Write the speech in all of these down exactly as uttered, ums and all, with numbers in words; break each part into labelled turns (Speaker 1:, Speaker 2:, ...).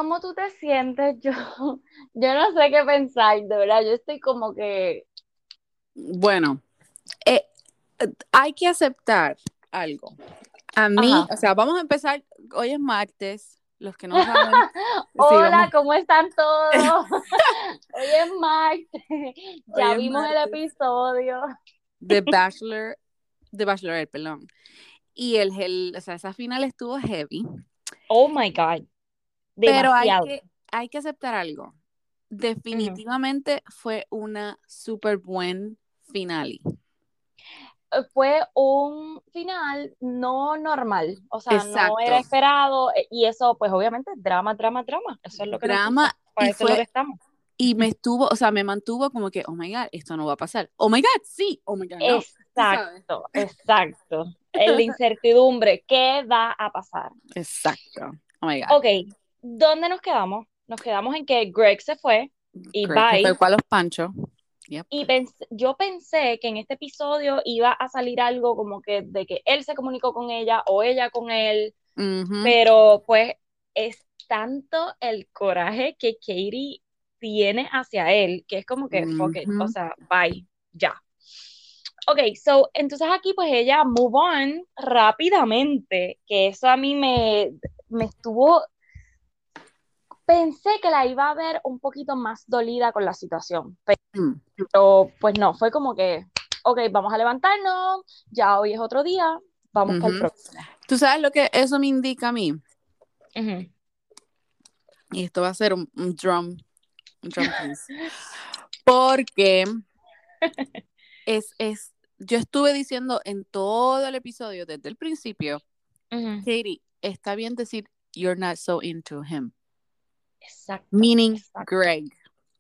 Speaker 1: ¿Cómo tú te sientes? Yo, yo no sé qué pensar, de verdad. Yo estoy como que,
Speaker 2: Bueno, eh, eh, hay que aceptar algo. A mí,
Speaker 1: ajá.
Speaker 2: o sea, vamos a empezar. Hoy es martes. Los que no saben, sí,
Speaker 1: Hola,
Speaker 2: vamos.
Speaker 1: ¿cómo están todos? Hoy es martes.
Speaker 2: Hoy
Speaker 1: Ya
Speaker 2: es
Speaker 1: vimos el
Speaker 2: martes.
Speaker 1: episodio.
Speaker 2: The Bachelor, The Bachelorette, perdón. Y el, el, o sea, esa final estuvo heavy,
Speaker 1: Oh my God,
Speaker 2: pero hay
Speaker 1: demasiado.
Speaker 2: que, hay que aceptar algo.
Speaker 1: Ujú.
Speaker 2: Definitivamente fue una súper buen finale.
Speaker 1: Eh, Fue un final no normal, o sea, no era
Speaker 2: Exacto.
Speaker 1: esperado eh, y eso, pues obviamente, drama, drama, drama. Eso es lo que nos
Speaker 2: Drama
Speaker 1: gusta. Para
Speaker 2: y
Speaker 1: eso es lo que
Speaker 2: fue
Speaker 1: estamos.
Speaker 2: y me estuvo, o sea, me mantuvo como que, oh my God, esto no va a pasar. Oh my God, sí, oh my God, no. Tú sabes.
Speaker 1: Exacto, exacto. En la incertidumbre, ¿qué va a pasar?
Speaker 2: Exacto. Oh my God.
Speaker 1: Ok, ¿dónde nos quedamos? Nos quedamos en que Greg se fue y
Speaker 2: Greg se fue
Speaker 1: bye.
Speaker 2: con los panchos. Yep.
Speaker 1: Y pens- yo pensé que en este episodio iba a salir algo como que de que él se comunicó con ella o ella con él,
Speaker 2: Ujú,
Speaker 1: pero pues es tanto el coraje que Katie tiene hacia él que es como que, fuck it, o
Speaker 2: ujú.
Speaker 1: sea, bye, ya. Ok, so, entonces aquí pues ella move on rápidamente, que eso a mí me, me estuvo, pensé que la iba a ver un poquito más dolida con la situación,
Speaker 2: Mm.
Speaker 1: pero pues no, fue como que, ok, vamos a levantarnos, ya hoy es otro día, vamos para el
Speaker 2: Ujú.
Speaker 1: próximo.
Speaker 2: ¿Tú sabes lo que eso me indica a mí?
Speaker 1: Ujú.
Speaker 2: Y esto va a ser un, un drum, un drum piece. Porque es, es, yo estuve diciendo en todo el episodio, desde el principio,
Speaker 1: Ujú.
Speaker 2: Katie, está bien decir, you're not so into him.
Speaker 1: Exacto,
Speaker 2: Meaning
Speaker 1: exacto,
Speaker 2: Greg.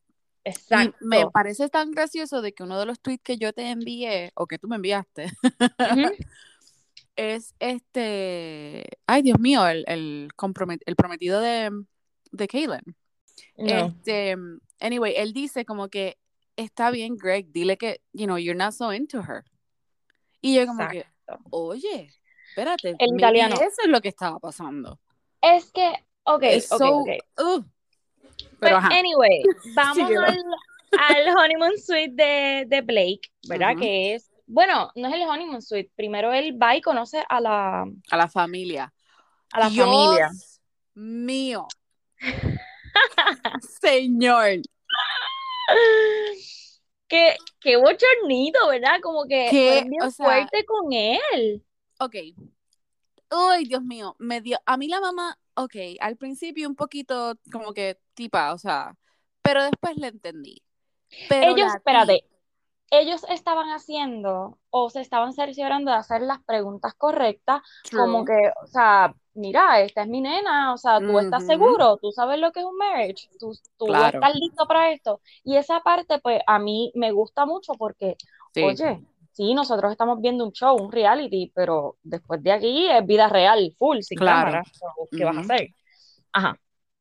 Speaker 2: Y me
Speaker 1: exacto.
Speaker 2: parece tan gracioso de que uno de los tweets que yo te envié, o que tú me enviaste,
Speaker 1: Ujú.
Speaker 2: es este, ay Dios mío, el, el, compromet- el prometido de, de Kaylin.
Speaker 1: No,
Speaker 2: Este, anyway, él dice como que está bien, Greg, dile que, you know, you're not so into her. Y yo como que,
Speaker 1: exacto.
Speaker 2: oye, espérate,
Speaker 1: El
Speaker 2: maybe
Speaker 1: italiano.
Speaker 2: eso es lo que estaba pasando.
Speaker 1: Es que, ok,
Speaker 2: Es
Speaker 1: ok, ok.
Speaker 2: so, uh, pero
Speaker 1: Pues,
Speaker 2: ajá,
Speaker 1: anyway, vamos
Speaker 2: síguelo.
Speaker 1: al, al honeymoon suite de, de Blake, ¿verdad?
Speaker 2: Ujú.
Speaker 1: Que es, bueno, no es el honeymoon suite. Primero él va y conoce a la,
Speaker 2: A la familia.
Speaker 1: a la familia.
Speaker 2: Dios mío, señor,
Speaker 1: Qué, qué bochornito, ¿verdad? Como que
Speaker 2: que,
Speaker 1: fueron bien
Speaker 2: o sea,
Speaker 1: fuertes con él.
Speaker 2: ok, uy, Dios mío, me dio, a mí la mamá, ok, al principio un poquito como que tipa, o sea, pero después le entendí. Pero
Speaker 1: Ellos,
Speaker 2: la tía,
Speaker 1: espérate, ellos estaban haciendo o se estaban cerciorando de hacer las preguntas correctas, como
Speaker 2: true,
Speaker 1: que, o sea, mira, esta es mi nena, o sea, tú estás
Speaker 2: ujú,
Speaker 1: seguro, tú sabes lo que es un marriage, tú, tú
Speaker 2: claro,
Speaker 1: estás listo para esto. Y esa parte, pues, a mí me gusta mucho porque,
Speaker 2: sí,
Speaker 1: oye, sí, nosotros estamos viendo un show, un reality, pero después de aquí es vida real, full, sin
Speaker 2: claro.
Speaker 1: cámara. So, ¿qué vas a
Speaker 2: Ujú.
Speaker 1: hacer? Ajá,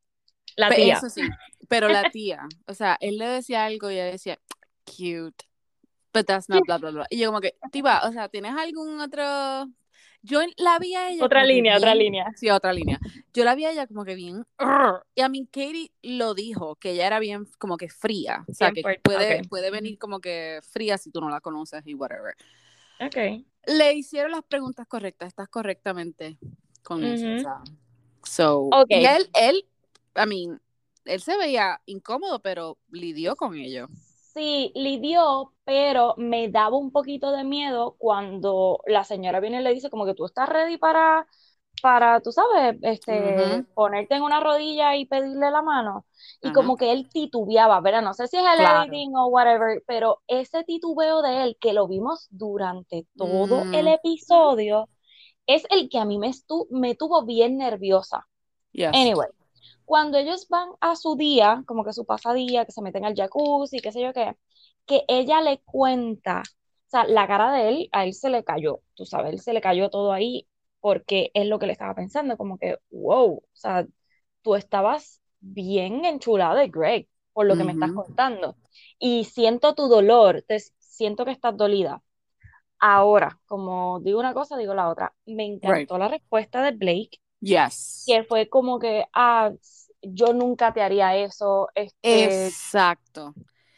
Speaker 1: la
Speaker 2: Pe-
Speaker 1: tía.
Speaker 2: Eso sí, pero la tía, o sea, él le decía algo y ella decía, cute, but that's not bla, bla, bla. Y yo como que, tipa, o sea, ¿tienes algún otro? Yo la vi a ella
Speaker 1: Otra
Speaker 2: como que
Speaker 1: línea, otra
Speaker 2: bien,
Speaker 1: línea.
Speaker 2: sí, otra línea. Yo la vi a ella como que bien, "Arr". Y a mí Katie lo dijo, que ella era bien como que fría, o sea,
Speaker 1: Bien
Speaker 2: que
Speaker 1: fuerte,
Speaker 2: puede,
Speaker 1: ok.
Speaker 2: puede venir como que fría si tú no la conoces y whatever.
Speaker 1: Ok.
Speaker 2: Le hicieron las preguntas correctas, estás correctamente con eso, o
Speaker 1: Ujú.
Speaker 2: sea. So, y
Speaker 1: Ok,
Speaker 2: él, él, I mean, él se veía incómodo, pero lidió con ello.
Speaker 1: sí, lidió, pero me daba un poquito de miedo cuando la señora viene y le dice como que tú estás ready para, para, tú sabes, este,
Speaker 2: Ujú,
Speaker 1: ponerte en una rodilla y pedirle la mano. Y
Speaker 2: ajá,
Speaker 1: como que él titubeaba, ¿verdad? No sé si es el
Speaker 2: claro.
Speaker 1: editing o whatever, pero ese titubeo de él, que lo vimos durante todo el
Speaker 2: Mm,
Speaker 1: episodio, es el que a mí me, estu me tuvo bien nerviosa.
Speaker 2: yes.
Speaker 1: Anyway. Cuando ellos van a su día, como que su pasadía, que se meten al jacuzzi, qué sé yo qué, que ella le cuenta, o sea, la cara de él, a él se le cayó, tú sabes, él se le cayó todo ahí porque es lo que le estaba pensando, como que, wow, o sea, tú estabas bien enchulada de Greg, por lo que me estás
Speaker 2: Ujú,
Speaker 1: contando. Y siento tu dolor, te siento que estás dolida. Ahora, como digo una cosa, digo la otra. Me
Speaker 2: right.
Speaker 1: encantó la respuesta de Blake
Speaker 2: Yes.
Speaker 1: que fue como que, ah, yo nunca te haría eso, este,
Speaker 2: Exacto.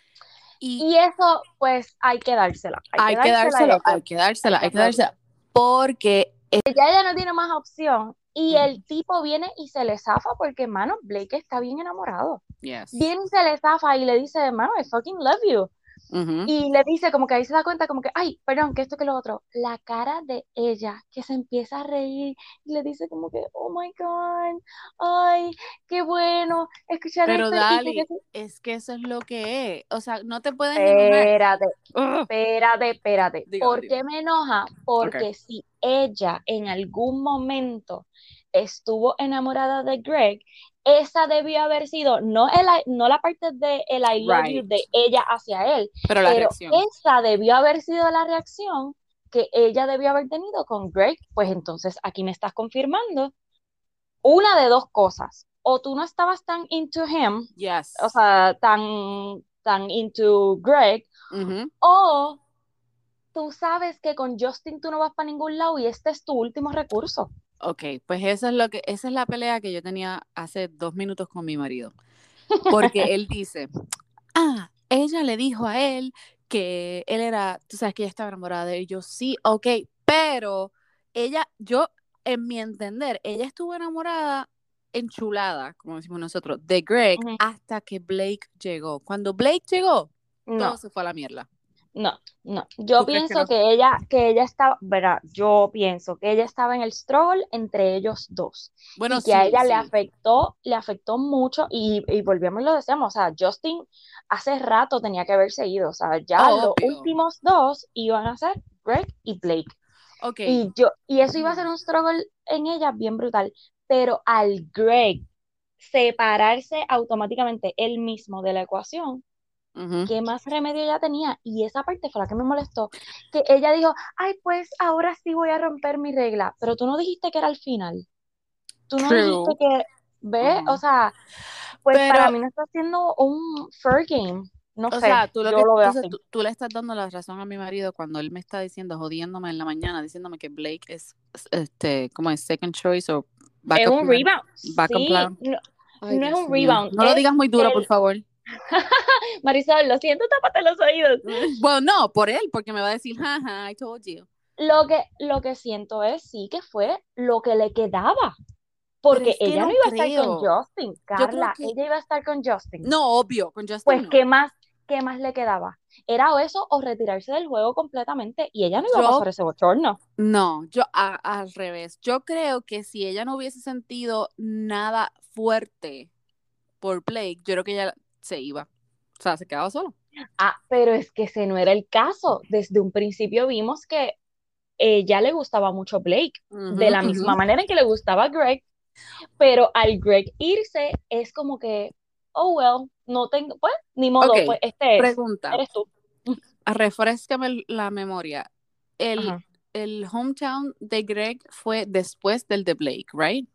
Speaker 2: Y
Speaker 1: y eso, pues, hay que dársela, hay que
Speaker 2: hay que
Speaker 1: dársela y
Speaker 2: dárselo,
Speaker 1: hay que,
Speaker 2: hay que
Speaker 1: hay
Speaker 2: dársela,
Speaker 1: que
Speaker 2: hay que
Speaker 1: aplaudir.
Speaker 2: dársela. Porque
Speaker 1: Ya ella no tiene más opción, y
Speaker 2: Ujú.
Speaker 1: el tipo viene y se le zafa porque, mano, Blake está bien enamorado.
Speaker 2: Yes.
Speaker 1: Viene y se le zafa y le dice, mano, I fucking love you.
Speaker 2: Ujú.
Speaker 1: Y le dice como que ahí se da cuenta como que, ay, perdón, que esto que lo otro. La cara de ella que se empieza a reír y le dice como que, oh my God, ay, qué bueno escuchar
Speaker 2: Pero
Speaker 1: esto. Y que, que
Speaker 2: Dali,
Speaker 1: sí.
Speaker 2: es que eso es lo que es. O sea, no te puedes enojar.
Speaker 1: Espérate,
Speaker 2: Ugh.
Speaker 1: espérate, espérate.
Speaker 2: Dígame,
Speaker 1: ¿Por qué
Speaker 2: dígame.
Speaker 1: me enoja?
Speaker 2: Okay.
Speaker 1: Porque si ella en algún momento estuvo enamorada de Greg, esa debió haber sido, no, el, I- no la parte de el I love you
Speaker 2: Right.
Speaker 1: de ella hacia él,
Speaker 2: Pero la
Speaker 1: pero
Speaker 2: reacción.
Speaker 1: esa debió haber sido la reacción que ella debió haber tenido con Greg. Pues entonces aquí me estás confirmando una de dos cosas. O tú no estabas tan into him, o
Speaker 2: Yes.
Speaker 1: sea, tan, tan into Greg,
Speaker 2: Ujú.
Speaker 1: o tú sabes que con Justin tú no vas para ningún lado y este es tu último recurso.
Speaker 2: Ok, pues eso es lo que, esa es la pelea que yo tenía hace dos minutos con mi marido. Porque él dice, ah, ella le dijo a él que él era, tú sabes que ella estaba enamorada de él. Y yo, sí, ok, pero ella, yo, en mi entender, ella estuvo enamorada, enchulada, como decimos nosotros, de Greg
Speaker 1: Ujú.
Speaker 2: hasta que Blake llegó. Cuando Blake llegó, todo
Speaker 1: No,
Speaker 2: se fue a la mierda.
Speaker 1: no, no. Yo
Speaker 2: ¿Tú crees que
Speaker 1: pienso
Speaker 2: no?
Speaker 1: que ella, que ella estaba, verá, yo pienso que ella estaba en el struggle entre ellos dos
Speaker 2: Bueno,
Speaker 1: y que a
Speaker 2: sí,
Speaker 1: ella le
Speaker 2: sí.
Speaker 1: afectó, le afectó mucho y, y volvíamos y lo decíamos, o sea, Justin hace rato tenía que haberse ido, o sea, ya los
Speaker 2: Obvio.
Speaker 1: últimos dos iban a ser Greg y Blake.
Speaker 2: Ok.
Speaker 1: Y yo, y eso iba a ser
Speaker 2: Ujú,
Speaker 1: un struggle en ella bien brutal, pero al Greg separarse automáticamente él mismo de la ecuación,
Speaker 2: ujú.
Speaker 1: ¿qué más remedio ella tenía? Y esa parte fue la que me molestó, que ella dijo, ay, pues ahora sí voy a romper mi regla, pero tú no dijiste que era al final, tú no dijiste
Speaker 2: True.
Speaker 1: que, ve, o
Speaker 2: Ujú.
Speaker 1: sea, pues para
Speaker 2: Pero
Speaker 1: mí no está haciendo un fair game, no
Speaker 2: o
Speaker 1: sé,
Speaker 2: sea, tú lo
Speaker 1: yo
Speaker 2: que,
Speaker 1: lo veo
Speaker 2: entonces
Speaker 1: así.
Speaker 2: tú, tú le estás dando la razón a mi marido cuando él me está diciendo, jodiéndome en la mañana, diciéndome que Blake es, es, este, como es second choice o
Speaker 1: Es
Speaker 2: backup
Speaker 1: un
Speaker 2: plan,
Speaker 1: rebound,
Speaker 2: backup
Speaker 1: sí,
Speaker 2: plan.
Speaker 1: no,
Speaker 2: Ay,
Speaker 1: no es
Speaker 2: Dios
Speaker 1: un
Speaker 2: mío.
Speaker 1: rebound,
Speaker 2: No lo
Speaker 1: es
Speaker 2: digas muy duro, por
Speaker 1: el,
Speaker 2: favor.
Speaker 1: Marisol, lo siento, tápate los oídos.
Speaker 2: Bueno, no, por él, porque me va a decir, jaja, I told you.
Speaker 1: Lo que, lo que siento es sí que fue lo que le quedaba,
Speaker 2: Pero
Speaker 1: porque
Speaker 2: es que
Speaker 1: ella no
Speaker 2: no
Speaker 1: iba a estar con
Speaker 2: creo.
Speaker 1: Justin,
Speaker 2: Yo creo
Speaker 1: Carla,
Speaker 2: que,
Speaker 1: ella iba a estar con Justin.
Speaker 2: no, obvio, con Justin
Speaker 1: Pues,
Speaker 2: no.
Speaker 1: ¿qué más, qué más le quedaba? Era o eso o retirarse del juego completamente y ella no iba a
Speaker 2: Yo
Speaker 1: pasar ese bochorno.
Speaker 2: No, yo a- al revés. Yo creo que si ella no hubiese sentido nada fuerte por Blake, yo creo que ella se iba. O sea, se quedaba solo.
Speaker 1: Ah, pero es que ese no era el caso. Desde un principio vimos que ella le gustaba mucho Blake,
Speaker 2: Ujú,
Speaker 1: de la
Speaker 2: ujú.
Speaker 1: misma manera en que le gustaba a Greg, pero al Greg irse es como que, oh well, no tengo, pues, ni
Speaker 2: Ok,
Speaker 1: modo, pues este es,
Speaker 2: pregunta.
Speaker 1: eres tú.
Speaker 2: Refrescame la memoria. El,
Speaker 1: Ajá,
Speaker 2: el hometown de Greg fue después del de Blake, ¿right?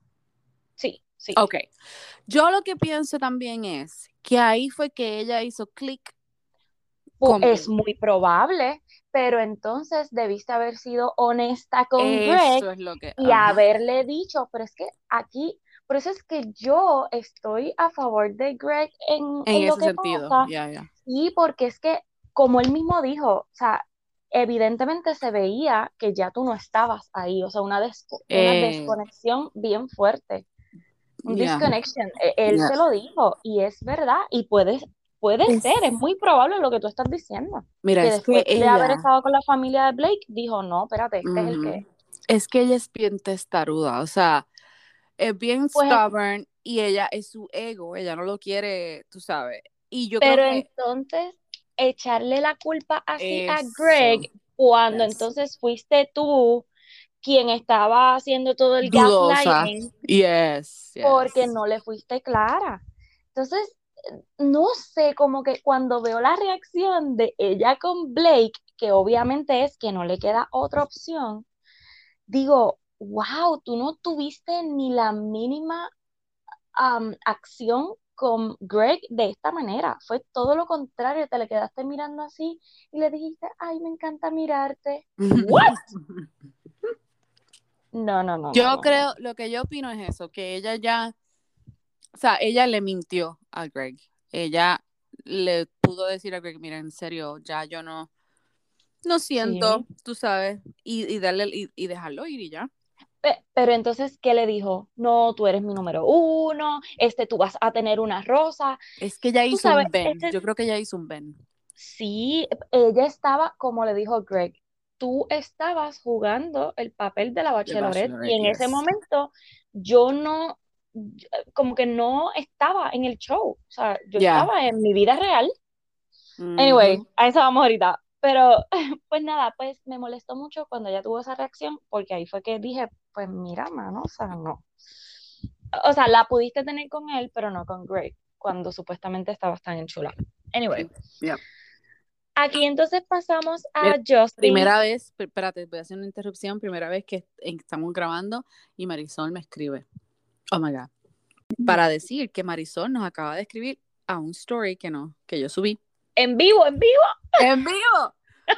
Speaker 1: sí, sí.
Speaker 2: Ok. Yo lo que pienso también es que ahí fue que ella hizo clic
Speaker 1: Pues
Speaker 2: con
Speaker 1: es
Speaker 2: Blake.
Speaker 1: muy probable, pero entonces debiste haber sido honesta con Greg
Speaker 2: Eso es lo que,
Speaker 1: y
Speaker 2: ajá,
Speaker 1: haberle dicho, pero es que aquí, por eso es que yo estoy a favor de Greg en,
Speaker 2: en
Speaker 1: en lo
Speaker 2: ese
Speaker 1: que
Speaker 2: sentido,
Speaker 1: pasa,
Speaker 2: ya, ya.
Speaker 1: y porque es que, como él mismo dijo, o sea, evidentemente se veía que ya tú no estabas ahí, o sea, una, des- una
Speaker 2: Eh,
Speaker 1: desconexión bien fuerte, un
Speaker 2: ya,
Speaker 1: disconnection. E- Él
Speaker 2: ya.
Speaker 1: se lo dijo y es verdad y puede, puede
Speaker 2: Es,
Speaker 1: ser, es muy probable lo que tú estás diciendo,
Speaker 2: mira,
Speaker 1: que
Speaker 2: es que
Speaker 1: después de haber
Speaker 2: ella,
Speaker 1: estado con la familia de Blake, dijo, no, espérate, este es el que...
Speaker 2: ujú, es que ella es bien testaruda, o sea, es bien
Speaker 1: Pues,
Speaker 2: stubborn y ella es su ego, ella no lo quiere, tú sabes. Y yo creo
Speaker 1: pero
Speaker 2: que
Speaker 1: entonces echarle la culpa así a
Speaker 2: eso,
Speaker 1: Greg cuando
Speaker 2: yes,
Speaker 1: entonces fuiste tú quien estaba haciendo todo el
Speaker 2: dudosa,
Speaker 1: gaslighting
Speaker 2: yes,
Speaker 1: porque
Speaker 2: yes.
Speaker 1: no le fuiste clara. Entonces, no sé, como que cuando veo la reacción de ella con Blake, que obviamente es que no le queda otra opción, digo, wow, tú no tuviste ni la mínima am, acción con Greg de esta manera. Fue todo lo contrario, te le quedaste mirando así y le dijiste, ay, me encanta mirarte. ¿What? No, no, no, no,
Speaker 2: Yo
Speaker 1: no, no.
Speaker 2: creo, lo que yo opino es eso, que ella ya O sea, ella le mintió a Greg. Ella le pudo decir a Greg, mira, en serio, ya yo no, no siento,
Speaker 1: Sí.
Speaker 2: tú sabes, y, y darle y, y dejarlo ir y ya.
Speaker 1: Pe- Pero entonces, ¿qué le dijo? No, tú eres mi número uno, este, tú vas a tener una rosa.
Speaker 2: Es que ella
Speaker 1: Tú
Speaker 2: hizo
Speaker 1: sabes,
Speaker 2: un Ben.
Speaker 1: este,
Speaker 2: Yo creo que ella hizo un Ben.
Speaker 1: sí, ella estaba, como le dijo Greg, tú estabas jugando el papel de la
Speaker 2: The
Speaker 1: Bachelorette y
Speaker 2: Bachelorette,
Speaker 1: en ese
Speaker 2: yes.
Speaker 1: momento yo no, yo- como que no estaba en el show, o sea, yo
Speaker 2: Ya.
Speaker 1: estaba en mi vida real. Anyway,
Speaker 2: Ujú.
Speaker 1: a eso vamos ahorita. Pero, pues nada, pues me molestó mucho cuando ella tuvo esa reacción, porque ahí fue que dije, pues mira, mano, o sea, no. O sea, la pudiste tener con él, pero no con Greg, cuando supuestamente estabas tan enchulada. Anyway,
Speaker 2: Ya.
Speaker 1: aquí entonces pasamos
Speaker 2: Es
Speaker 1: a Justin.
Speaker 2: primera vez, pr- espérate, voy a hacer una interrupción. Primera vez que est- estamos grabando y Marisol me escribe. Oh my God. Para decir que Marisol nos acaba de escribir a un story que no, que yo subí.
Speaker 1: En vivo, en vivo.
Speaker 2: ¡En vivo!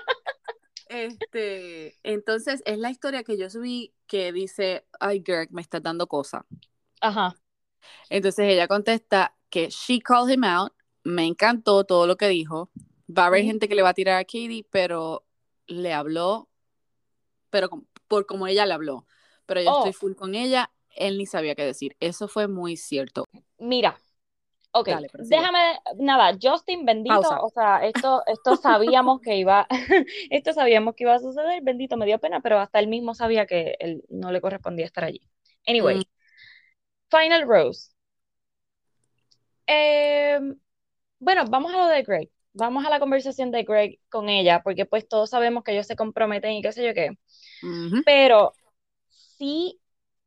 Speaker 2: Este, entonces es la historia que yo subí que dice, ay, Greg, me estás dando cosa.
Speaker 1: Ajá.
Speaker 2: Entonces ella contesta que she called him out, me encantó todo lo que dijo. Va a haber
Speaker 1: Sí.
Speaker 2: gente que le va a tirar a Katie, pero le habló, pero com- por como ella le habló. Pero yo estoy
Speaker 1: Oh,
Speaker 2: full con ella, él ni sabía qué decir. Eso fue muy cierto.
Speaker 1: mira, ok,
Speaker 2: Dale, prosigue.
Speaker 1: déjame, nada, Justin, bendito,
Speaker 2: Pausa.
Speaker 1: o sea, esto, esto sabíamos que iba, esto sabíamos que iba a suceder, bendito, me dio pena, pero hasta él mismo sabía que él no le correspondía estar allí.
Speaker 2: Mm,
Speaker 1: Anyway, Final Rose. Eh, bueno, vamos a lo de Greg. Vamos a la conversación de Greg con ella, porque pues todos sabemos que ellos se comprometen y qué sé yo qué.
Speaker 2: ujú,
Speaker 1: Pero sí,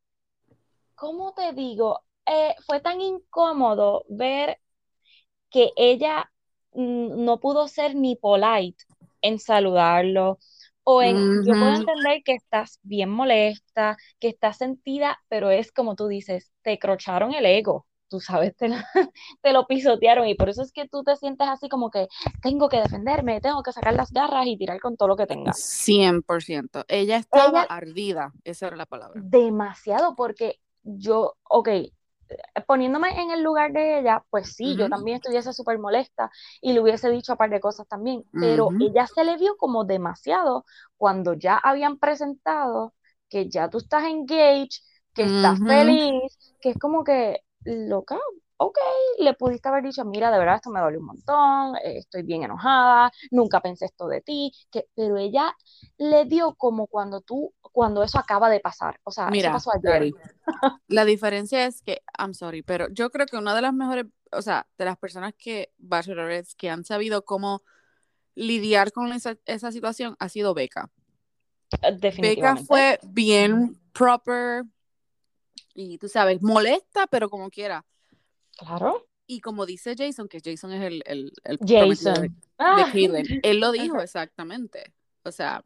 Speaker 1: ¿cómo te digo? Eh, fue tan incómodo ver que ella mm, no pudo ser ni polite en saludarlo. O en, yo puedo
Speaker 2: ujú.
Speaker 1: entender que estás bien molesta, que estás sentida, pero es como tú dices, te crocharon el ego, tú sabes, te, la- te lo pisotearon y por eso es que tú te sientes así como que tengo que defenderme, tengo que sacar las garras y tirar con todo lo que tenga.
Speaker 2: Cien por ciento. Ella estaba
Speaker 1: Ella
Speaker 2: ardida, esa era la palabra.
Speaker 1: demasiado porque yo, ok, poniéndome en el lugar de ella, pues sí, yo
Speaker 2: Ujú,
Speaker 1: también estuviese súper molesta y le hubiese dicho un par de cosas también, pero
Speaker 2: ujú,
Speaker 1: ella se le vio como demasiado cuando ya habían presentado que ya tú estás engaged, que estás
Speaker 2: ujú.
Speaker 1: feliz, que es como que, loca, ok, le pudiste haber dicho, mira, de verdad esto me duele un montón, eh, estoy bien enojada, nunca pensé esto de ti, que, pero ella le dio como cuando tú, cuando eso acaba de pasar, o sea, eso
Speaker 2: Mira,
Speaker 1: pasó ayer.
Speaker 2: Dari, la diferencia es que, I'm sorry, pero yo creo que una de las mejores, o sea, de las personas que, bachelorettes, que han sabido cómo lidiar con esa, esa situación ha sido Becca. Becca
Speaker 1: Definitivamente.
Speaker 2: fue bien proper y, tú sabes, molesta, pero como quiera.
Speaker 1: Claro.
Speaker 2: Y como dice Jason, que Jason es el, el, el prometido de,
Speaker 1: Jason.
Speaker 2: de
Speaker 1: Ah,
Speaker 2: Caitlyn, él lo dijo
Speaker 1: ajá.
Speaker 2: exactamente. O sea,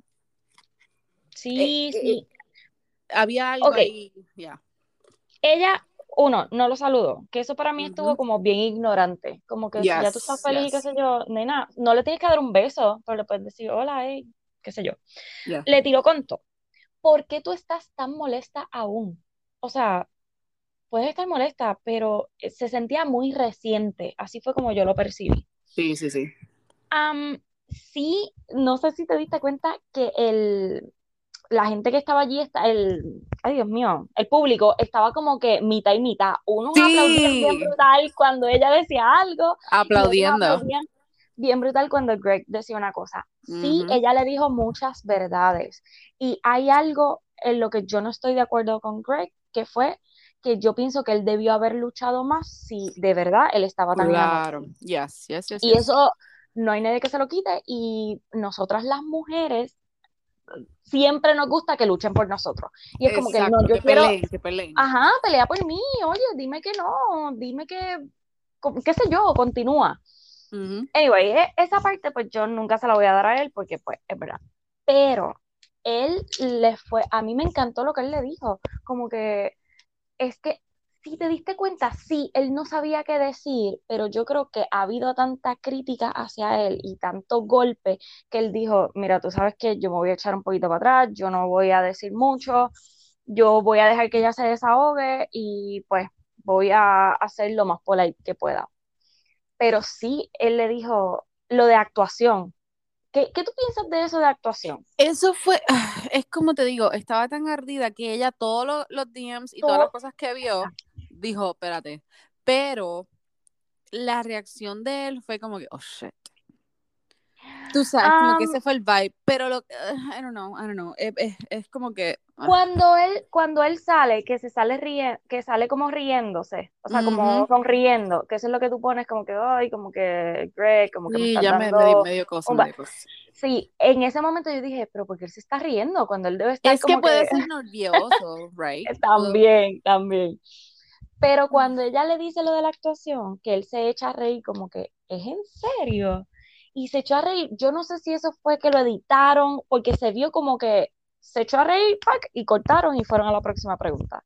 Speaker 2: eh,
Speaker 1: Sí,
Speaker 2: eh,
Speaker 1: sí.
Speaker 2: eh, había algo
Speaker 1: Ok,
Speaker 2: ahí, ya.
Speaker 1: ella, uno, no lo saludó, que eso para mí estuvo
Speaker 2: Ujú.
Speaker 1: como bien ignorante, como que si ya tú estás
Speaker 2: Yes,
Speaker 1: feliz y qué
Speaker 2: yes,
Speaker 1: sé yo, nena, no le tienes que dar un beso, pero le puedes decir hola, hey, qué sé yo.
Speaker 2: yeah.
Speaker 1: Le tiró con todo. ¿Por qué tú estás tan molesta aún? O sea, puedes estar molesta, pero eh, se sentía muy reciente, así fue como yo lo percibí.
Speaker 2: Sí, sí, sí.
Speaker 1: Am, sí, no sé si te diste cuenta que el, la gente que estaba allí, está, el, ay Dios mío, el público estaba como que mitad y mitad. Unos aplaudían bien
Speaker 2: Sí,
Speaker 1: brutal cuando ella decía algo y otros
Speaker 2: aplaudiendo.
Speaker 1: aplaudían bien brutal cuando Greg decía una cosa. Sí,
Speaker 2: Ujú.
Speaker 1: ella le dijo muchas verdades y hay algo en lo que yo no estoy de acuerdo con Greg, que fue que yo pienso que él debió haber luchado más si de verdad él estaba tan enamorado.
Speaker 2: Claro, yes, yes, yes,
Speaker 1: Y
Speaker 2: yes.
Speaker 1: eso no hay nadie que se lo quite y nosotras las mujeres siempre nos gusta que luchen por nosotros. Y es como que no,
Speaker 2: Exacto,
Speaker 1: yo
Speaker 2: que
Speaker 1: quiero,
Speaker 2: peleen, que peleen.
Speaker 1: ajá, pelea por mí, oye, dime que no, dime que, co- qué sé yo, continúa.
Speaker 2: Ujú.
Speaker 1: Anyway, e- esa parte pues yo nunca se la voy a dar a él porque pues es verdad. Pero él le fue, a mí me encantó lo que él le dijo, como que es que si te diste cuenta, sí, él no sabía qué decir, pero yo creo que ha habido tanta crítica hacia él y tanto golpe que él dijo, mira, tú sabes que yo me voy a echar un poquito para atrás, yo no voy a decir mucho, yo voy a dejar que ella se desahogue y pues voy a hacer lo más polite que pueda. Pero sí, él le dijo lo de actuación. ¿Qué, qué tú piensas de eso de actuación?
Speaker 2: Eso fue, es como te digo, estaba tan ardida que ella todos los, los D Ms y todas las
Speaker 1: Todo,
Speaker 2: cosas que vio, dijo, espérate, pero la reacción de él fue como que, oh shit. Tú sabes, como que
Speaker 1: um,
Speaker 2: ese fue el vibe, pero lo, uh, I don't know, I don't know, es, es, es como que, uh,
Speaker 1: cuando él, cuando él sale, que se sale ríe, que sale como riéndose, o sea, como
Speaker 2: ujú.
Speaker 1: sonriendo, que eso es lo que tú pones como que, ay, como que Greg, como que me
Speaker 2: Sí,
Speaker 1: estás
Speaker 2: ya me, me, di-
Speaker 1: dando
Speaker 2: me dio cosa,
Speaker 1: un
Speaker 2: me
Speaker 1: ba-".
Speaker 2: dio cosa.
Speaker 1: Sí, en ese momento yo dije, pero ¿por qué él se está riendo? Cuando él debe estar
Speaker 2: Es que
Speaker 1: como que
Speaker 2: puede ser nervioso, right? Puedo-
Speaker 1: también, también. Pero cuando ella le dice lo de la actuación, que él se echa a reír como que, ¿es en serio? Y se echó a reír, yo no sé si eso fue que lo editaron, porque se vio como que se echó a reír, ¡pac! Y cortaron y fueron a la próxima pregunta.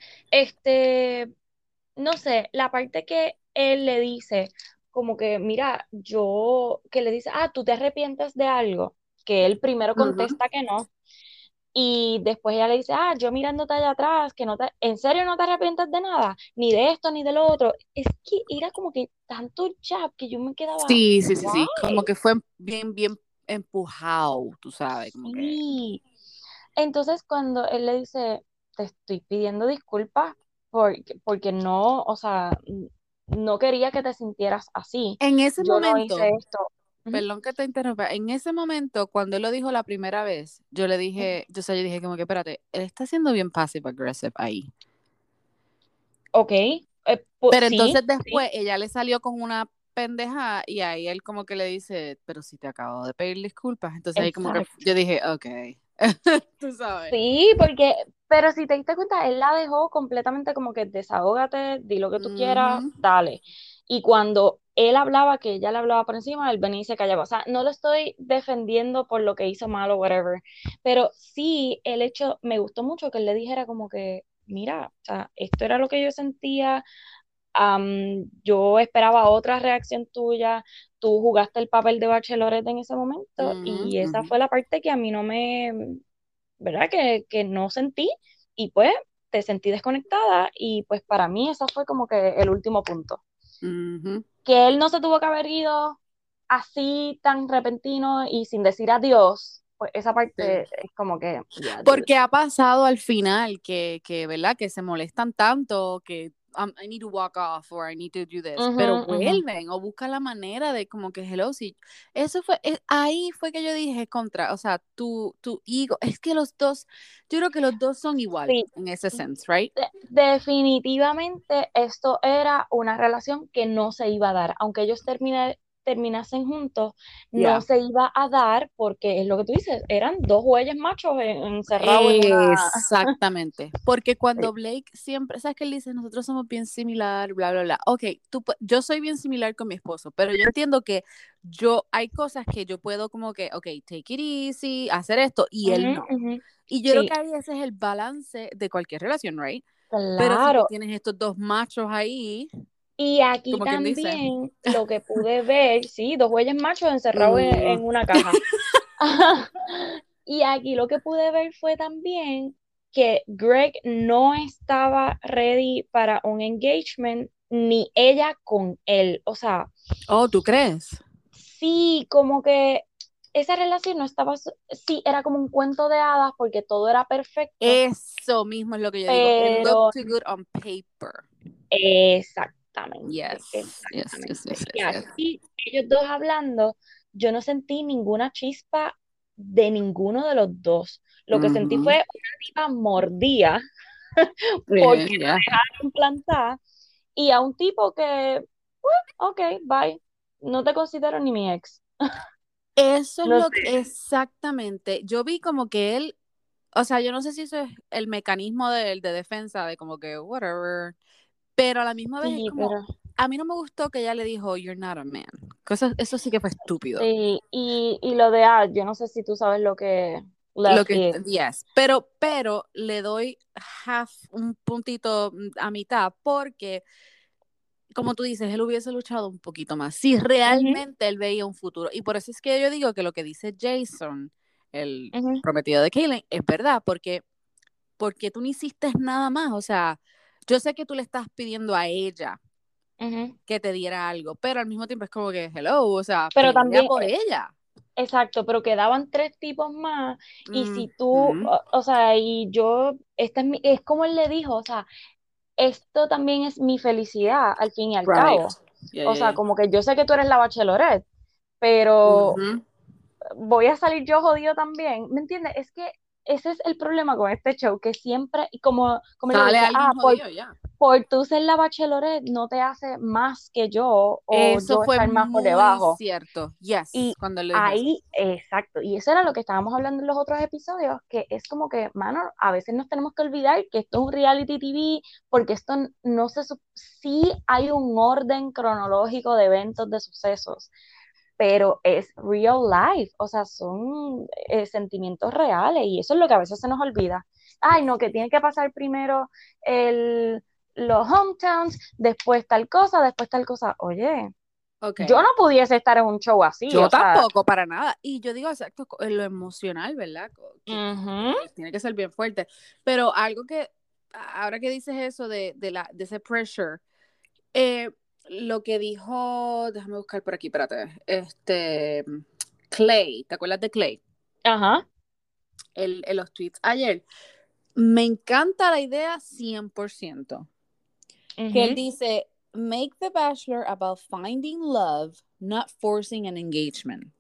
Speaker 1: Este, no sé, la parte que él le dice, como que, mira, yo, que le dice, ah, ¿tú te arrepientes de algo? Que él primero
Speaker 2: Ujú.
Speaker 1: contesta que no, y después ella le dice, ah, yo mirándote allá atrás, que no te, ¿en serio no te arrepientes de nada? Ni de esto, ni de lo otro. Es que era como que tanto jab que yo me quedaba,
Speaker 2: Sí, sí, sí,
Speaker 1: ¿why?
Speaker 2: sí, como que fue bien, bien empujado, tú sabes, como que...
Speaker 1: Sí. Entonces cuando él le dice, te estoy pidiendo disculpas porque, porque no, o sea, n- no quería que te sintieras así.
Speaker 2: En ese
Speaker 1: Yo no hice
Speaker 2: momento,
Speaker 1: esto. Ujú,
Speaker 2: perdón que te interrumpa, en ese momento, cuando él lo dijo la primera vez, yo le
Speaker 1: ujú.
Speaker 2: dije, yo, o sea, yo dije como que, espérate, él está siendo bien passive aggressive ahí.
Speaker 1: Ok, eh, pues
Speaker 2: Pero
Speaker 1: sí,
Speaker 2: entonces
Speaker 1: sí.
Speaker 2: después ella le salió con una pendeja y ahí él como que le dice, pero si te acabo de pedir disculpas. Entonces ahí como que
Speaker 1: Exacto.
Speaker 2: yo dije, ok, tú sabes.
Speaker 1: Sí, porque, pero si te diste cuenta, él la dejó completamente como que desahógate, di lo que tú quieras,
Speaker 2: Ujú.
Speaker 1: dale. Y cuando él hablaba, que ella le hablaba por encima, él venía y se callaba. O sea, no lo estoy defendiendo por lo que hizo mal o whatever, pero sí el hecho, me gustó mucho que él le dijera como que, mira, o sea, esto era lo que yo sentía, am, yo esperaba otra reacción tuya, tú jugaste el papel de bachelorette en ese momento
Speaker 2: Ujú,
Speaker 1: y esa
Speaker 2: ujú.
Speaker 1: fue la parte que a mí no me, ¿verdad? Que, que no sentí y pues te sentí desconectada y pues para mí eso fue como que el último punto.
Speaker 2: Ujú.
Speaker 1: Que él no se tuvo que haber ido así tan repentino y sin decir adiós, pues esa parte
Speaker 2: Sí.
Speaker 1: es como que, ya, dude.
Speaker 2: Porque ha pasado al final que, que, ¿verdad? Que se molestan tanto que um, I need to walk off or I need to do this,
Speaker 1: Ujú,
Speaker 2: pero
Speaker 1: ujú.
Speaker 2: vuelven o buscan la manera de como que hello, sí. Eso fue, es- ahí fue que yo dije contra, o sea, tu, tu ego, es que los dos, yo creo que los dos son igual
Speaker 1: Sí,
Speaker 2: en ese sense, right?
Speaker 1: de- definitivamente esto era una relación que no se iba a dar, aunque ellos termina- terminasen juntos, no
Speaker 2: Yeah.
Speaker 1: se iba a dar porque es lo que tú dices, eran dos güeyes machos en- encerrados en una...
Speaker 2: Exactamente, porque cuando Blake siempre, sabes que él dice, nosotros somos bien similar, bla, bla, bla. Ok, tú, pu- yo soy bien similar con mi esposo, pero yo entiendo que yo, hay cosas que yo puedo como que, ok, take it easy, hacer esto, y él
Speaker 1: Ujú,
Speaker 2: no.
Speaker 1: ujú.
Speaker 2: Y yo creo
Speaker 1: Sí,
Speaker 2: que ahí ese es el balance de cualquier relación, right? Pero si tú
Speaker 1: claro.
Speaker 2: tienes estos dos machos ahí,
Speaker 1: Y aquí
Speaker 2: como quien dice,
Speaker 1: también lo que pude ver, sí, dos güeyes machos encerrados en,
Speaker 2: mm,
Speaker 1: en una caja. Y aquí lo que pude ver fue también que Greg no estaba ready para un engagement, ni ella con él. O sea,
Speaker 2: oh, ¿tú crees?
Speaker 1: sí, como que esa relación no estaba, su- sí, era como un cuento de hadas porque todo era perfecto,
Speaker 2: Eso mismo es lo que yo digo, it looked
Speaker 1: pero
Speaker 2: too good on paper.
Speaker 1: exactamente,
Speaker 2: Yes, yes, yes,
Speaker 1: exactamente.
Speaker 2: yes,
Speaker 1: Y
Speaker 2: yes, yes.
Speaker 1: aquí, ellos dos hablando, yo no sentí ninguna chispa de ninguno de los dos. Lo que sentí fue
Speaker 2: Ujú.
Speaker 1: una tipa mordida
Speaker 2: Yeah,
Speaker 1: porque
Speaker 2: yeah.
Speaker 1: la dejaron plantar y a un tipo que, bueno, ok, bye, no te considero ni mi ex.
Speaker 2: Eso es
Speaker 1: No
Speaker 2: lo que
Speaker 1: sé.
Speaker 2: exactamente. Yo vi como que él, o sea, yo no sé si eso es el mecanismo de él de defensa, de como que whatever, pero a la misma vez es
Speaker 1: Sí,
Speaker 2: como,
Speaker 1: pero
Speaker 2: a mí no me gustó que ella le dijo, you're not a man. Cosa- eso sí que fue estúpido.
Speaker 1: sí, y, y lo de, ah, yo no sé si tú sabes lo que
Speaker 2: Lo
Speaker 1: left
Speaker 2: que,
Speaker 1: is.
Speaker 2: yes, pero, pero le doy half, un puntito mm, a mitad, porque como tú dices, él hubiese luchado un poquito más, si
Speaker 1: Ujú,
Speaker 2: realmente él veía un futuro. Y por eso es que yo digo que lo que dice Jason, el
Speaker 1: ujú.
Speaker 2: prometido de Kaylin, es verdad, porque, porque tú no hiciste nada más, o sea, yo sé que tú le estás pidiendo a ella
Speaker 1: Ujú.
Speaker 2: que te diera algo, pero al mismo tiempo es como que, hello, o sea,
Speaker 1: Pero
Speaker 2: pelea
Speaker 1: también,
Speaker 2: por
Speaker 1: eh,
Speaker 2: ella.
Speaker 1: exacto, pero quedaban tres tipos más y si tú,
Speaker 2: Ujú.
Speaker 1: o, o sea, y yo, esta es, mi- es como él le dijo, o sea, esto también es mi felicidad al fin y al
Speaker 2: Right.
Speaker 1: cabo.
Speaker 2: Yeah,
Speaker 1: O
Speaker 2: yeah,
Speaker 1: sea,
Speaker 2: yeah.
Speaker 1: como que yo sé que tú eres la bachelorette, pero
Speaker 2: Ujú.
Speaker 1: voy a salir yo jodido también. ¿Me entiendes? Es que ese es el problema con este show, que siempre, y como, como le
Speaker 2: Sale
Speaker 1: dice,
Speaker 2: alguien
Speaker 1: ah, por,
Speaker 2: jodido ya.
Speaker 1: por tú ser la bachelorette no te hace más que yo o
Speaker 2: Eso
Speaker 1: yo
Speaker 2: fue
Speaker 1: estar más por
Speaker 2: muy
Speaker 1: debajo.
Speaker 2: cierto. Yes,
Speaker 1: Y
Speaker 2: cuando él le dijo eso.
Speaker 1: ahí, exacto, y eso era lo que estábamos hablando en los otros episodios, que es como que, mano, a veces nos tenemos que olvidar que esto es un reality T V, porque esto n- no se, sup- sí hay un orden cronológico de eventos, de sucesos, pero es real life, o sea, son eh, sentimientos reales, y eso es lo que a veces se nos olvida. Ay, no, que tiene que pasar primero el, los hometowns, después tal cosa, después tal cosa. Oye, yo
Speaker 2: Ok.
Speaker 1: no pudiese estar en un show así,
Speaker 2: Yo
Speaker 1: o sea,
Speaker 2: tampoco, para nada. Y yo digo, exacto, co- en lo emocional, ¿verdad? Co- Que,
Speaker 1: ujú,
Speaker 2: que tiene que ser bien fuerte. Pero algo que, a- ahora que dices eso de, de, la, de ese pressure, eh, lo que dijo, déjame buscar por aquí, espérate, este, Clay, ¿te acuerdas de Clay?
Speaker 1: ajá,
Speaker 2: El, en los tweets ayer. Me encanta la idea cien por ciento. Que él
Speaker 1: ujú,
Speaker 2: dice, make the bachelor about finding love, not forcing an engagement.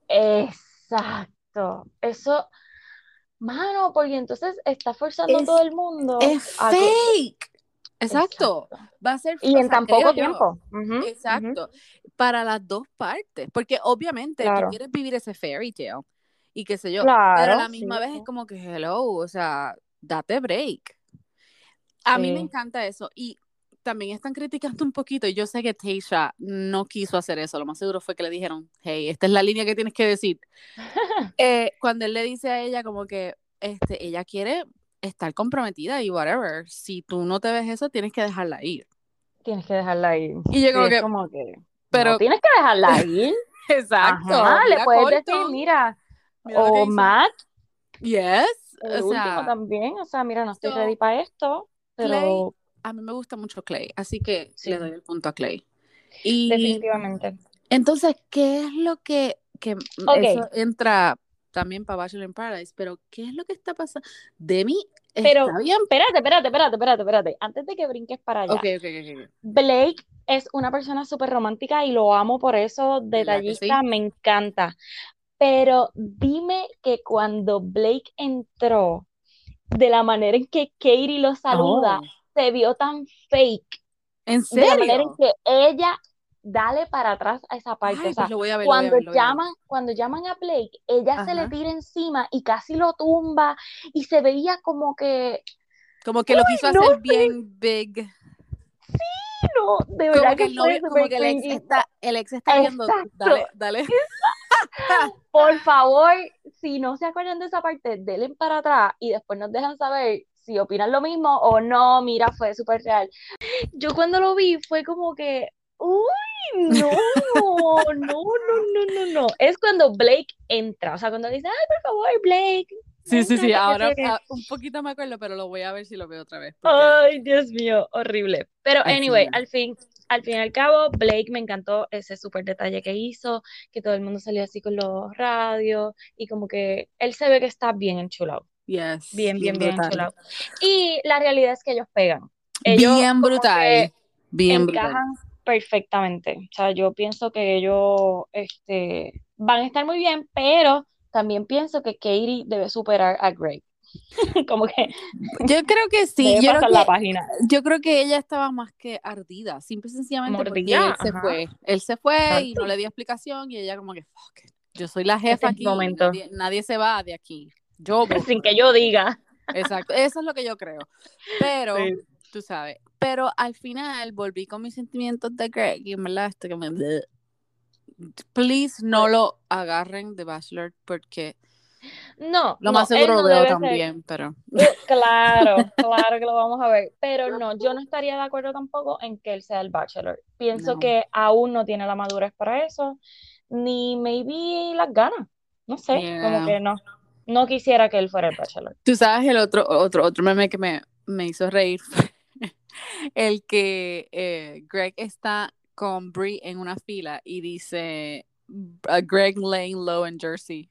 Speaker 1: exacto. Eso, mano, porque entonces está forzando a todo
Speaker 2: Es,
Speaker 1: el mundo
Speaker 2: es
Speaker 1: a que,
Speaker 2: fake. Exacto.
Speaker 1: exacto.
Speaker 2: Va a ser,
Speaker 1: Y
Speaker 2: o
Speaker 1: en
Speaker 2: sea,
Speaker 1: tan
Speaker 2: creo
Speaker 1: poco
Speaker 2: yo.
Speaker 1: tiempo. Ujú, ujú,
Speaker 2: Exacto. Para las dos partes. Porque obviamente tú
Speaker 1: claro,
Speaker 2: quieres vivir ese fairy tale y qué sé yo. Pero a
Speaker 1: claro,
Speaker 2: la misma
Speaker 1: sí,
Speaker 2: vez es
Speaker 1: sí,
Speaker 2: como que, hello, o sea, date break. A mí me
Speaker 1: sí.
Speaker 2: encanta eso. Y también están criticando un poquito. Y yo sé que Tasha no quiso hacer eso. Lo más seguro fue que le dijeron, hey, esta es la línea que tienes que decir. Eh, cuando él le dice a ella como que este, ella quiere estar comprometida y whatever. Si tú no te ves eso, tienes que dejarla ir.
Speaker 1: Tienes que dejarla ir.
Speaker 2: Y yo
Speaker 1: Sí,
Speaker 2: como
Speaker 1: es
Speaker 2: que,
Speaker 1: como que no
Speaker 2: pero,
Speaker 1: tienes que dejarla ir. Ajá,
Speaker 2: exacto,
Speaker 1: le
Speaker 2: mira
Speaker 1: puedes decir,
Speaker 2: Colton,
Speaker 1: mira,
Speaker 2: mira lo que
Speaker 1: o
Speaker 2: hizo.
Speaker 1: Matt,
Speaker 2: Yes,
Speaker 1: el
Speaker 2: o
Speaker 1: último
Speaker 2: sea,
Speaker 1: también, o sea, mira, no estoy ready
Speaker 2: so,
Speaker 1: para esto,
Speaker 2: Clay,
Speaker 1: pero
Speaker 2: a mí me gusta mucho Clay, así que le doy
Speaker 1: sí,
Speaker 2: el punto a Clay. Y
Speaker 1: definitivamente.
Speaker 2: entonces, ¿qué es lo que, que
Speaker 1: Ok,
Speaker 2: eso entra también para Bachelor in Paradise, pero ¿qué es lo que está pasando? Demi está
Speaker 1: pero
Speaker 2: bien.
Speaker 1: espérate, espérate, espérate, espérate, espérate. Antes de que brinques para
Speaker 2: Ok,
Speaker 1: allá,
Speaker 2: ok, ok, ok.
Speaker 1: Blake es una persona súper romántica y lo amo por eso,
Speaker 2: ¿Verdad que
Speaker 1: detallista,
Speaker 2: sí?
Speaker 1: me encanta. Pero dime que cuando Blake entró, de la manera en que Katie lo saluda,
Speaker 2: Oh,
Speaker 1: se vio tan fake,
Speaker 2: ¿en
Speaker 1: de la manera en
Speaker 2: serio?
Speaker 1: que ella dale para atrás a esa parte. O
Speaker 2: Ay, pues
Speaker 1: sea,
Speaker 2: lo voy a ver, lo voy a
Speaker 1: cuando
Speaker 2: ver, lo voy a ver.
Speaker 1: llaman, cuando llaman a Blake, ella se le
Speaker 2: Ajá.
Speaker 1: tira encima y casi lo tumba y se veía como que,
Speaker 2: Como que lo quiso
Speaker 1: uy, no
Speaker 2: hacer
Speaker 1: sé,
Speaker 2: bien big.
Speaker 1: no, de
Speaker 2: Como
Speaker 1: verdad
Speaker 2: que
Speaker 1: que
Speaker 2: el novio,
Speaker 1: fue
Speaker 2: como
Speaker 1: súper
Speaker 2: que el ex
Speaker 1: cringy. No,
Speaker 2: está, el ex está viendo,
Speaker 1: exacto.
Speaker 2: dale, dale.
Speaker 1: Por favor, si no se acuerdan de esa parte, denle para atrás y después nos dejan saber si opinan lo mismo o no. Mira, fue súper real. Yo cuando lo vi fue como que, uy, no, no, no, no, no, no. Es cuando Blake entra, o sea, cuando dice, ay, por favor, Blake,
Speaker 2: Sí, sí, sí,
Speaker 1: éntrate, qué sé
Speaker 2: ahora
Speaker 1: yo qué.
Speaker 2: ah, un poquito me acuerdo, pero lo voy a ver si lo veo otra vez, porque
Speaker 1: Ay, Dios mío, horrible. Pero
Speaker 2: así
Speaker 1: anyway,
Speaker 2: es.
Speaker 1: al fin, al fin y al cabo, Blake me encantó ese súper detalle que hizo, que todo el mundo salió así con los radios y como que él se ve que está bien enchulado,
Speaker 2: Yes,
Speaker 1: bien,
Speaker 2: bien
Speaker 1: bien, bien
Speaker 2: brutal.
Speaker 1: enchulado. Y la realidad es que ellos pegan. Ellos
Speaker 2: Bien
Speaker 1: como que
Speaker 2: brutal, bien brutal.
Speaker 1: encajan perfectamente. O sea, yo pienso que ellos este, van a estar muy bien, pero también pienso que Katie debe superar a Greg. Como que
Speaker 2: Yo creo que sí,
Speaker 1: debe
Speaker 2: yo creo
Speaker 1: pasar la
Speaker 2: que
Speaker 1: página.
Speaker 2: yo creo que ella estaba más que ardida, simple y sencillamente porque
Speaker 1: Mordida,
Speaker 2: él se
Speaker 1: ajá,
Speaker 2: fue. Él se fue y
Speaker 1: exacto.
Speaker 2: no le dio explicación y ella como que fuck it. Yo soy la
Speaker 1: Este
Speaker 2: jefa
Speaker 1: es mi
Speaker 2: aquí,
Speaker 1: momento,
Speaker 2: nadie nadie se va de aquí. Yo
Speaker 1: sin
Speaker 2: voto,
Speaker 1: que yo
Speaker 2: gente.
Speaker 1: diga.
Speaker 2: Exacto, eso es lo que yo creo. Pero
Speaker 1: Sí.
Speaker 2: tú sabes, pero al final volví con mis sentimientos de Greg y en verdad esto que me please no
Speaker 1: Pues,
Speaker 2: lo agarren de Bachelor porque
Speaker 1: no,
Speaker 2: lo más
Speaker 1: no,
Speaker 2: seguro
Speaker 1: él
Speaker 2: lo
Speaker 1: no
Speaker 2: veo
Speaker 1: debe ser.
Speaker 2: también, pero
Speaker 1: Uh, claro, claro que lo vamos a ver, pero no, yo no estaría de acuerdo tampoco en que él sea el bachelor. Pienso
Speaker 2: no.
Speaker 1: que aún no tiene la madurez para eso, ni maybe las ganas. No sé, como
Speaker 2: Yeah.
Speaker 1: que no. No quisiera que él fuera el bachelor.
Speaker 2: Tú sabes el otro, otro, otro meme que me, me hizo reír. el que eh, Greg está con Brie en una fila y dice uh, Greg laying low in Jersey.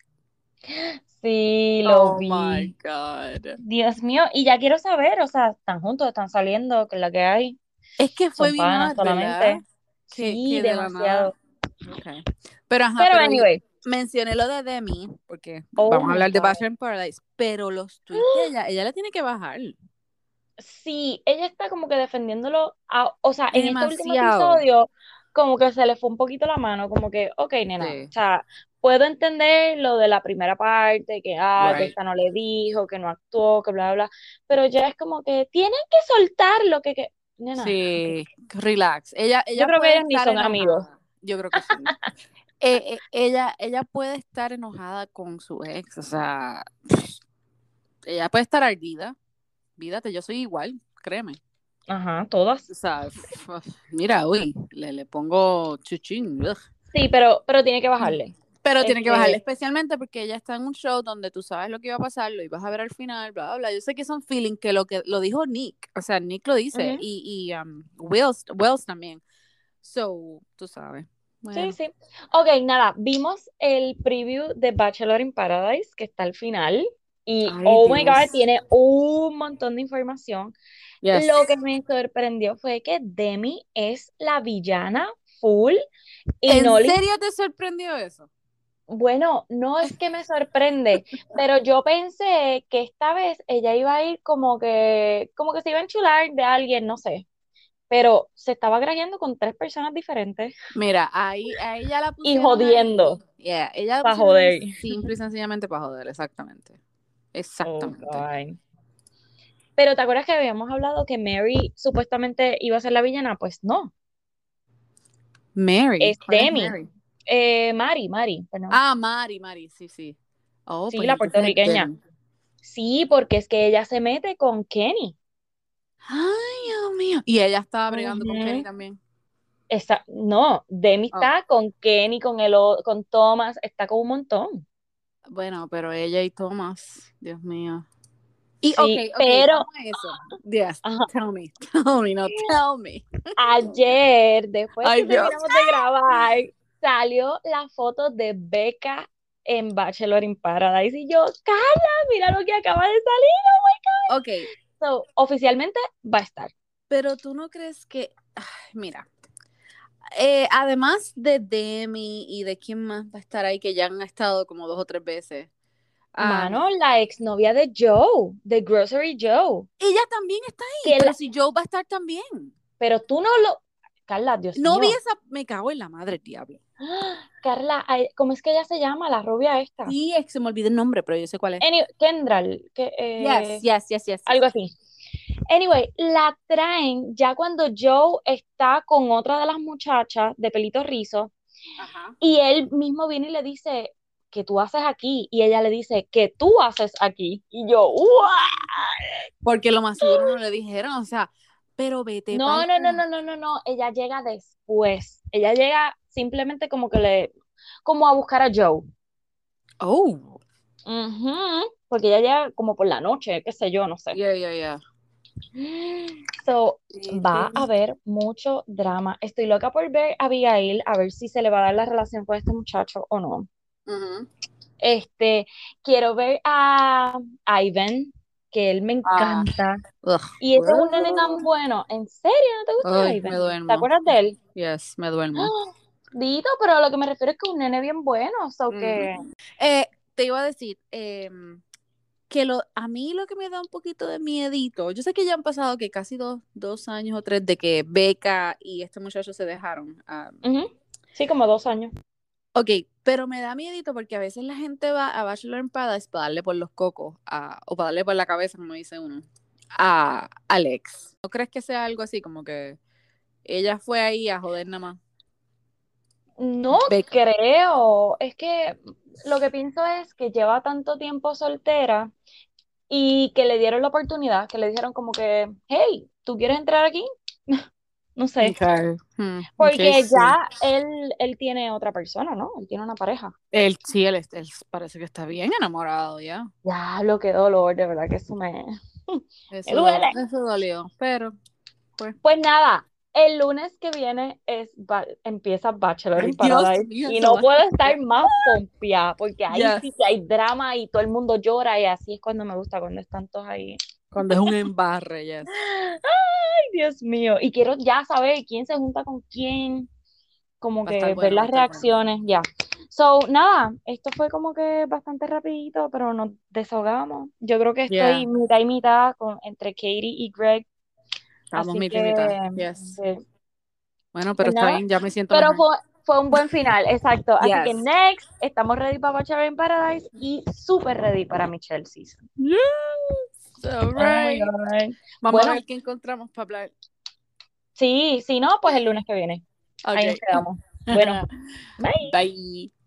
Speaker 1: Sí, lo
Speaker 2: Oh my
Speaker 1: vi.
Speaker 2: God.
Speaker 1: Dios mío, y ya quiero saber, o sea, están juntos, están saliendo, que es la que hay.
Speaker 2: Es que fue
Speaker 1: Son
Speaker 2: bien
Speaker 1: panas
Speaker 2: odd, ¿verdad?
Speaker 1: solamente.
Speaker 2: Que,
Speaker 1: Sí,
Speaker 2: que de la nada.
Speaker 1: demasiado.
Speaker 2: Okay. Pero ajá,
Speaker 1: Pero
Speaker 2: pero yo
Speaker 1: anyway,
Speaker 2: mencioné lo de Demi, porque
Speaker 1: oh
Speaker 2: vamos a
Speaker 1: my
Speaker 2: hablar de
Speaker 1: God.
Speaker 2: Bachelor in Paradise, pero los tweets de ella, ella le tiene que bajar.
Speaker 1: Sí, ella está como que defendiéndolo, a- o sea, en este último
Speaker 2: Demasiado.
Speaker 1: episodio, como que se le fue un poquito la mano, como que, ok, nena, o
Speaker 2: Sí.
Speaker 1: sea, puedo entender lo de la primera parte, que, ah, que
Speaker 2: Right.
Speaker 1: esta no le dijo, que no actuó, que bla, bla, bla, pero ya es como que tienen que soltar lo que, que, nena, ok.
Speaker 2: Sí, relax. Ella,
Speaker 1: Yo
Speaker 2: ella
Speaker 1: creo que
Speaker 2: puede
Speaker 1: ellos ni
Speaker 2: estar
Speaker 1: son amigos.
Speaker 2: enojada. Yo creo que sí. Eh, eh, ella, ella puede estar enojada con su ex, o sea, ella puede estar ardida. Vídate, yo soy igual, créeme.
Speaker 1: Ajá,
Speaker 2: O
Speaker 1: todas.
Speaker 2: sea, f- mira, uy, le, le pongo chuchín. Ugh.
Speaker 1: Sí, pero, pero tiene que bajarle.
Speaker 2: Pero tiene que bajarle,
Speaker 1: Este,
Speaker 2: especialmente porque ella está en un show donde tú sabes lo que iba a pasar, lo ibas a ver al final, bla, bla, bla. Yo sé que son feeling que lo que lo dijo Nick, o sea, Nick lo dice,
Speaker 1: ujú.
Speaker 2: y, y um, Wells, Wells también. So, tú sabes.
Speaker 1: Sí,
Speaker 2: Bueno.
Speaker 1: sí. Ok, nada, vimos el preview de Bachelor in Paradise, que está al final, y
Speaker 2: Ay,
Speaker 1: oh my God,
Speaker 2: Dios.
Speaker 1: tiene un montón de información.
Speaker 2: Yes.
Speaker 1: Lo que me sorprendió fue que Demi es la villana full y
Speaker 2: ¿En
Speaker 1: no le...
Speaker 2: serio te sorprendió eso?
Speaker 1: Bueno, no es que me sorprende, pero yo pensé que esta vez ella iba a ir como que, como que se iba a enchular de alguien, no sé, pero se estaba grajeando con tres personas diferentes
Speaker 2: Mira, ahí, a ella la
Speaker 1: y
Speaker 2: pusieron ahí.
Speaker 1: jodiendo
Speaker 2: Yeah, ella la
Speaker 1: para
Speaker 2: pusieron ahí
Speaker 1: joder.
Speaker 2: simple y sencillamente para joder, exactamente.
Speaker 1: Oh,
Speaker 2: Exactamente.
Speaker 1: God. Pero ¿te acuerdas que habíamos hablado que Mary supuestamente iba a ser la villana? Pues no,
Speaker 2: Mary,
Speaker 1: es
Speaker 2: ¿cuál es
Speaker 1: Demi.
Speaker 2: Mary?
Speaker 1: Eh, Mari, Mari, perdón.
Speaker 2: Ah, Mari, Mari, sí, sí. Oh,
Speaker 1: Sí,
Speaker 2: pues
Speaker 1: la
Speaker 2: entonces es
Speaker 1: puertorriqueña.
Speaker 2: Demi.
Speaker 1: Sí, porque es que ella se mete con Kenny.
Speaker 2: Ay, Dios mío. Y ella estaba bregando con Kenny
Speaker 1: Ujú.
Speaker 2: también.
Speaker 1: Está, no, Demi
Speaker 2: Oh,
Speaker 1: está con Kenny, con el, o- con Thomas, está con un montón.
Speaker 2: bueno, pero ella y Thomas, Dios mío. Y, ok,
Speaker 1: Sí,
Speaker 2: ok,
Speaker 1: pero
Speaker 2: vamos a eso. Yes,
Speaker 1: ajá,
Speaker 2: tell me, tell me, no, tell me.
Speaker 1: ayer, después
Speaker 2: Ay,
Speaker 1: que
Speaker 2: Dios.
Speaker 1: terminamos de grabar, salió la foto de Becca en Bachelor in Paradise. Y yo, Carla, mira lo que acaba de salir.
Speaker 2: Ok,
Speaker 1: So, oficialmente va a estar.
Speaker 2: pero tú no crees que, ay, mira, eh, además de Demi y de quién más va a estar ahí, que ya han estado como dos o tres veces, um,
Speaker 1: Mano, la exnovia de Joe, de Grocery Joe,
Speaker 2: ella también está ahí,
Speaker 1: que
Speaker 2: pero
Speaker 1: la,
Speaker 2: si Joe va a estar también.
Speaker 1: pero tú no lo, Carla, Dios
Speaker 2: No vi
Speaker 1: mío.
Speaker 2: esa, me cago en la madre, diablo.
Speaker 1: ¡Ah! Carla, ay, ¿cómo es que ella se llama? La rubia esta.
Speaker 2: Sí, es que se me olvida el nombre, pero yo sé cuál es.
Speaker 1: Any- Kendall, que,
Speaker 2: Yes,
Speaker 1: eh,
Speaker 2: yes, yes, yes, yes.
Speaker 1: algo así. Anyway, la traen ya cuando Joe está con otra de las muchachas de pelito rizo
Speaker 2: Ajá.
Speaker 1: y él mismo viene y le dice, ¿qué tú haces aquí? Y ella le dice, ¿qué tú haces aquí? Y yo, ¡guau!
Speaker 2: Porque lo más seguro no le dijeron, o sea, pero vete
Speaker 1: No,
Speaker 2: pa'l
Speaker 1: no, no,
Speaker 2: carajo.
Speaker 1: no, no, no, no. Ella llega después. Ella llega simplemente como que le, como a buscar a Joe.
Speaker 2: Oh,
Speaker 1: Ujú, porque ella llega como por la noche, qué sé yo, no sé.
Speaker 2: yeah, yeah, yeah.
Speaker 1: So,
Speaker 2: Vete.
Speaker 1: va a haber mucho drama. Estoy loca por ver a Abigail, a ver si se le va a dar la relación con este muchacho o no.
Speaker 2: Ujú.
Speaker 1: Este, quiero ver a Ivan, que él me
Speaker 2: Ah,
Speaker 1: encanta.
Speaker 2: ugh.
Speaker 1: Y ese es un nene tan bueno. ¿En serio no te gusta
Speaker 2: Ay, me
Speaker 1: Ivan? ¿Te
Speaker 2: duermo.
Speaker 1: acuerdas de él?
Speaker 2: Yes, me duermo.
Speaker 1: ¡Ah! Dito, pero a lo que me refiero es que es un nene bien bueno, so que,
Speaker 2: Mm. Eh, te iba a decir, em, que lo, a mí lo que me da un poquito de miedito, yo sé que ya han pasado que casi dos, dos años o tres de que Becca y este muchacho se dejaron. ah,
Speaker 1: ujú, sí, como dos años.
Speaker 2: ok, pero me da miedito porque a veces la gente va a Bachelor in Paradise para darle por los cocos a- o para darle por la cabeza, como dice uno, a Alex. ¿No crees que sea algo así como que ella fue ahí a joder nada más?
Speaker 1: No
Speaker 2: Becca.
Speaker 1: creo, es que lo que pienso es que lleva tanto tiempo soltera y que le dieron la oportunidad, que le dijeron como que, hey, ¿tú quieres entrar aquí? No sé,
Speaker 2: Okay. Hmm, okay,
Speaker 1: porque
Speaker 2: sí.
Speaker 1: ya él, él tiene otra persona, ¿no? Él tiene una pareja.
Speaker 2: Él sí, él, es- él parece que está bien enamorado ya.
Speaker 1: Ya, lo que dolor, de verdad que eso me, me
Speaker 2: Eso, do-
Speaker 1: duele.
Speaker 2: eso dolió, pero pues.
Speaker 1: Pues nada, el lunes que viene es ba- empieza Bachelor
Speaker 2: Ay,
Speaker 1: in
Speaker 2: Dios
Speaker 1: Paradise
Speaker 2: mío,
Speaker 1: y
Speaker 2: eso
Speaker 1: no
Speaker 2: va a
Speaker 1: puedo
Speaker 2: ser
Speaker 1: estar más pompeada porque ahí
Speaker 2: yes.
Speaker 1: sí que hay drama y todo el mundo llora y así es cuando me gusta, cuando están todos ahí.
Speaker 2: Cuando es un embarre, yes.
Speaker 1: Ay, Dios mío. Y quiero ya saber quién se junta con quién, como
Speaker 2: Va a estar
Speaker 1: que ver
Speaker 2: bueno, va a
Speaker 1: las
Speaker 2: estar bueno.
Speaker 1: reacciones, ya. So, nada, esto fue como que bastante rapidito, pero nos desahogamos. Yo creo que estoy
Speaker 2: Yeah.
Speaker 1: mitad y mitad con, entre Katie y Greg,
Speaker 2: Estamos
Speaker 1: así
Speaker 2: mitad y mitad,
Speaker 1: que,
Speaker 2: yes.
Speaker 1: eh,
Speaker 2: Bueno, pero
Speaker 1: pues
Speaker 2: está
Speaker 1: nada,
Speaker 2: bien, ya me siento
Speaker 1: pero
Speaker 2: mejor.
Speaker 1: fue, fue un buen final, exacto. Así que
Speaker 2: Yes.
Speaker 1: next, estamos ready para Bachelor in Paradise y súper ready para Michelle Season.
Speaker 2: Yes. All
Speaker 1: Oh my
Speaker 2: right.
Speaker 1: God.
Speaker 2: Vamos a
Speaker 1: Bueno,
Speaker 2: ver qué encontramos para hablar.
Speaker 1: sí, si no, pues el lunes que viene. Ahí nos
Speaker 2: Ok.
Speaker 1: quedamos. Bueno, bye.
Speaker 2: Bye.